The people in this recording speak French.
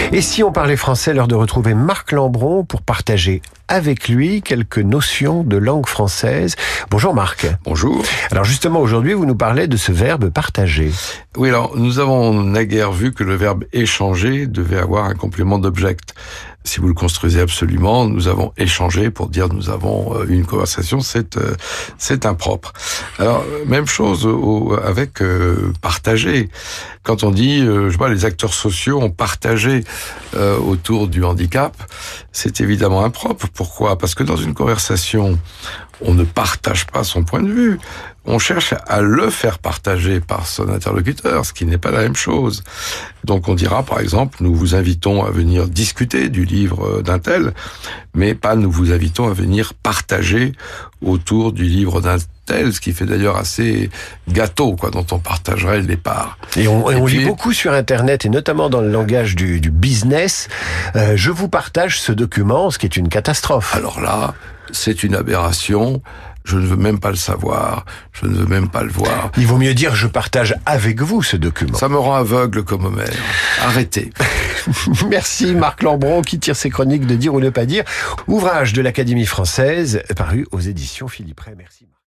Et si on parlait français, l'heure de retrouver Marc Lambron pour partager avec lui quelques notions de langue française. Bonjour Marc. Bonjour. Alors justement, aujourd'hui, vous nous parlez de ce verbe partager. Oui, alors, nous avons naguère vu que le verbe échanger devait avoir un complément d'object. Si vous le construisez absolument, nous avons échangé pour dire nous avons eu une conversation, c'est impropre. Alors, même chose avec partager. Quand on dit, les acteurs sociaux ont partagé autour du handicap, c'est évidemment impropre. Pourquoi ? Parce que dans une conversation, on ne partage pas son point de vue. On cherche à le faire partager par son interlocuteur, ce qui n'est pas la même chose. Donc on dira, par exemple, nous vous invitons à venir discuter du livre d'un tel, mais pas nous vous invitons à venir partager autour du livre d'un tel, ce qui fait d'ailleurs assez gâteau, dont on partagerait les parts. Et on lit beaucoup sur Internet, et notamment dans le langage du business, je vous partage ce document, ce qui est une catastrophe. Alors là, c'est une aberration. Je ne veux même pas le savoir, je ne veux même pas le voir. Il vaut mieux dire je partage avec vous ce document. Ça me rend aveugle comme Homère. Arrêtez. Merci Marc Lambron qui tire ses chroniques de Dire ou ne pas dire, ouvrage de l'Académie française paru aux éditions Philippe Ray. Merci.